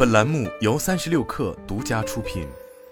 本栏目由36氪独家出品。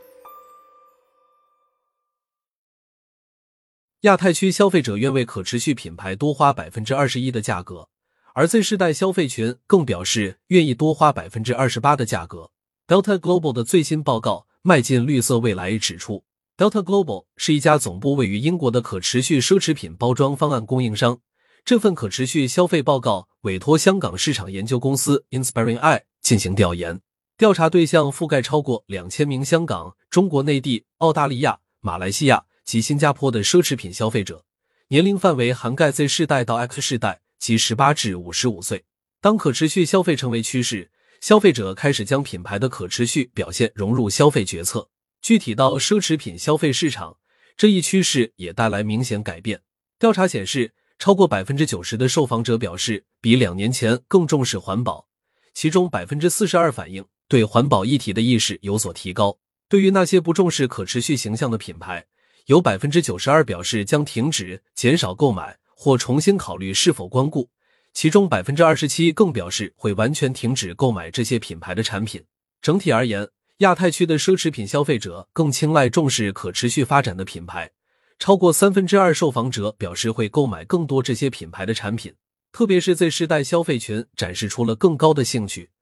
亚太区消费者愿为可持续品牌多花 21% 的价格，而 Z 世代消费群更表示愿意多花 28% 的价格。Delta Global 的最新报告《迈进绿色未来》指出， Delta Global 是一家总部位于英国的可持续奢侈品包装方案供应商。这份可持续消费报告委托香港市场研究公司 Inspiring Eye 进行调研，调查对象覆盖超过2000名香港、中国内地、澳大利亚、马来西亚及新加坡的奢侈品消费者，年龄范围涵盖 Z 世代到 X 世代及18至55岁。当可持续消费成为趋势，消费者开始将品牌的可持续表现融入消费决策。具体到奢侈品消费市场，这一趋势也带来明显改变。调查显示，超过 90% 的受访者表示比2年前更重视环保，其中 42% 反映对环保议题的意识有所提高。对于那些不重视可持续形象的品牌，有 92% 表示将停止、减少购买或重新考虑是否光顾，其中 27% 更表示会完全停止购买这些品牌的产品。整体而言，亚太区的奢侈品消费者更青睐重视可持续发展的品牌，超过2/3受访者表示会购买更多这些品牌的产品，特别是 Z 世代消费群展示出了更高的兴趣，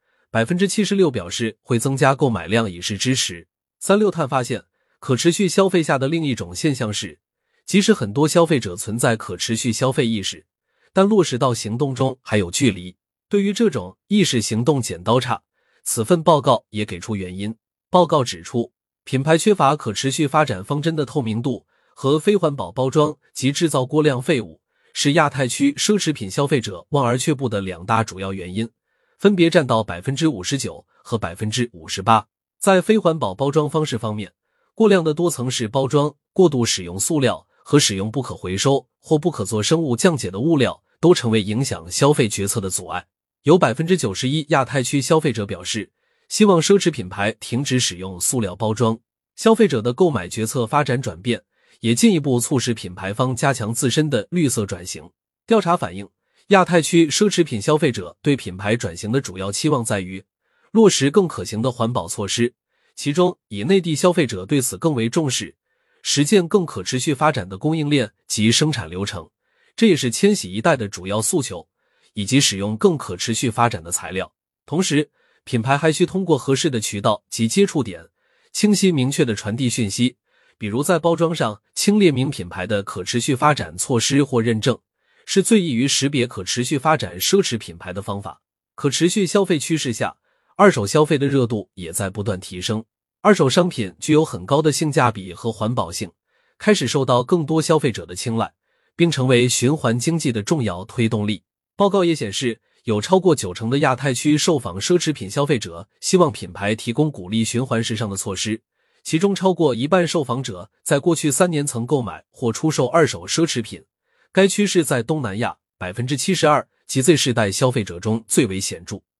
76% 表示会增加购买量以示支持。36探发现，可持续消费下的另一种现象是，即使很多消费者存在可持续消费意识，但落实到行动中还有距离。对于这种意识行动剪刀差，此份报告也给出原因。报告指出，品牌缺乏可持续发展方针的透明度和非环保包装及制造过量废物，是亚太区奢侈品消费者望而却步的2大主要原因，分别占到 59% 和 58%。 在非环保包装方式方面，过量的多层式包装、过度使用塑料和使用不可回收或不可做生物降解的物料都成为影响消费决策的阻碍。有 91% 亚太区消费者表示希望奢侈品牌停止使用塑料包装。消费者的购买决策发展转变，也进一步促使品牌方加强自身的绿色转型。调查反映，亚太区奢侈品消费者对品牌转型的主要期望在于落实更可行的环保措施，其中以内地消费者对此更为重视，实践更可持续发展的供应链及生产流程，这也是千禧一代的主要诉求，以及使用更可持续发展的材料。同时，品牌还需通过合适的渠道及接触点，清晰明确地传递讯息，比如在包装上清列明品牌的可持续发展措施或认证，是最易于识别可持续发展奢侈品牌的方法。可持续消费趋势下，二手消费的热度也在不断提升。二手商品具有很高的性价比和环保性，开始受到更多消费者的青睐，并成为循环经济的重要推动力。报告也显示，有超过90%的亚太区受访奢侈品消费者希望品牌提供鼓励循环时尚的措施，其中超过一半受访者在过去3年曾购买或出售二手奢侈品。该趋势在东南亚 72% 及 Z 世代消费者中最为显著。